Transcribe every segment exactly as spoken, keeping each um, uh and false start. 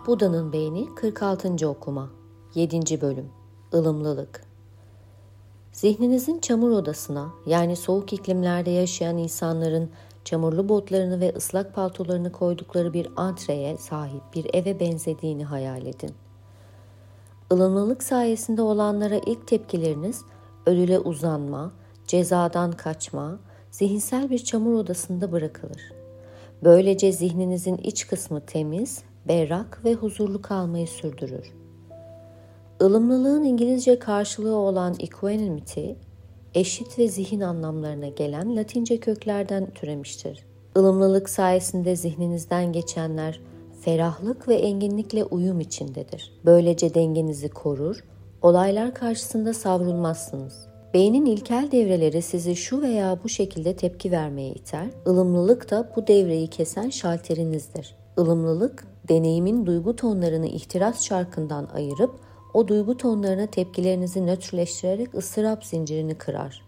Buda'nın Beyni kırk altıncı okuma yedinci bölüm Ilımlılık. Zihninizin çamur odasına, yani soğuk iklimlerde yaşayan insanların çamurlu botlarını ve ıslak paltolarını koydukları bir antreye sahip bir eve benzediğini hayal edin. Ilımlılık sayesinde olanlara ilk tepkileriniz ölüle uzanma, cezadan kaçma, zihinsel bir çamur odasında bırakılır. Böylece zihninizin iç kısmı temiz, berrak ve huzurlu kalmayı sürdürür. Ilımlılığın İngilizce karşılığı olan equanimity, eşit ve zihin anlamlarına gelen Latince köklerden türemiştir. Ilımlılık sayesinde zihninizden geçenler ferahlık ve enginlikle uyum içindedir. Böylece dengenizi korur, olaylar karşısında savrulmazsınız. Beynin ilkel devreleri sizi şu veya bu şekilde tepki vermeye iter, ılımlılık da bu devreyi kesen şalterinizdir. Ilımlılık, deneyimin duygu tonlarını ihtiras çarkından ayırıp, o duygu tonlarına tepkilerinizi nötrleştirerek ıstırap zincirini kırar.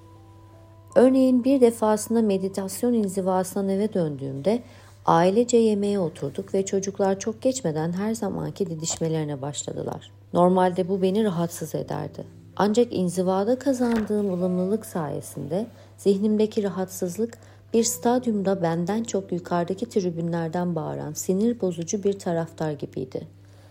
Örneğin bir defasında meditasyon inzivasından eve döndüğümde ailece yemeğe oturduk ve çocuklar çok geçmeden her zamanki didişmelerine başladılar. Normalde bu beni rahatsız ederdi. Ancak inzivada kazandığım ılımlılık sayesinde zihnimdeki rahatsızlık bir stadyumda benden çok yukarıdaki tribünlerden bağıran sinir bozucu bir taraftar gibiydi.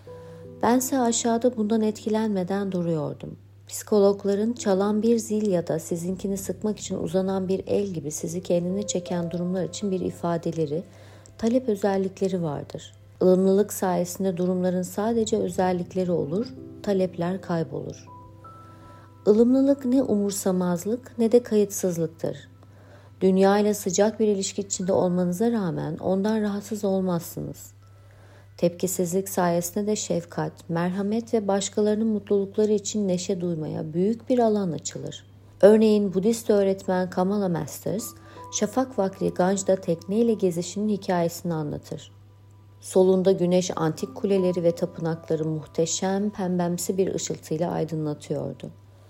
Bense aşağıda bundan etkilenmeden duruyordum. Psikologların çalan bir zil ya da sizinkini sıkmak için uzanan bir el gibi sizi kendine çeken durumlar için bir ifadeleri, talep özellikleri vardır. Ilımlılık sayesinde durumların sadece özellikleri olur, talepler kaybolur. Ilımlılık ne umursamazlık ne de kayıtsızlıktır. Dünya ile sıcak bir ilişki içinde olmanıza rağmen ondan rahatsız olmazsınız. Tepkisizlik sayesinde de şefkat, merhamet ve başkalarının mutlulukları için neşe duymaya büyük bir alan açılır. Örneğin Budist öğretmen Kamala Masters, şafak vakti Ganj'da tekneyle gezişinin hikayesini anlatır. Solunda güneş antik kuleleri ve tapınakları muhteşem pembemsi bir ışıltıyla aydınlatıyordu.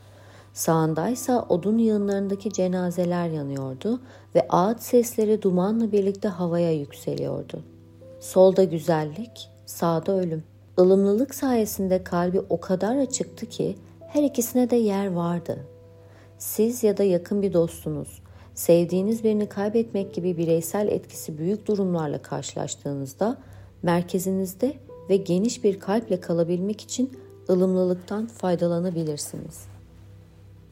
Sağındaysa odun yığınlarındaki cenazeler yanıyordu ve ağıt sesleri dumanla birlikte havaya yükseliyordu. Solda güzellik, sağda ölüm. Ilımlılık sayesinde kalbi o kadar açıktı ki her ikisine de yer vardı. Siz ya da yakın bir dostunuz, sevdiğiniz birini kaybetmek gibi bireysel etkisi büyük durumlarla karşılaştığınızda merkezinizde ve geniş bir kalple kalabilmek için ılımlılıktan faydalanabilirsiniz.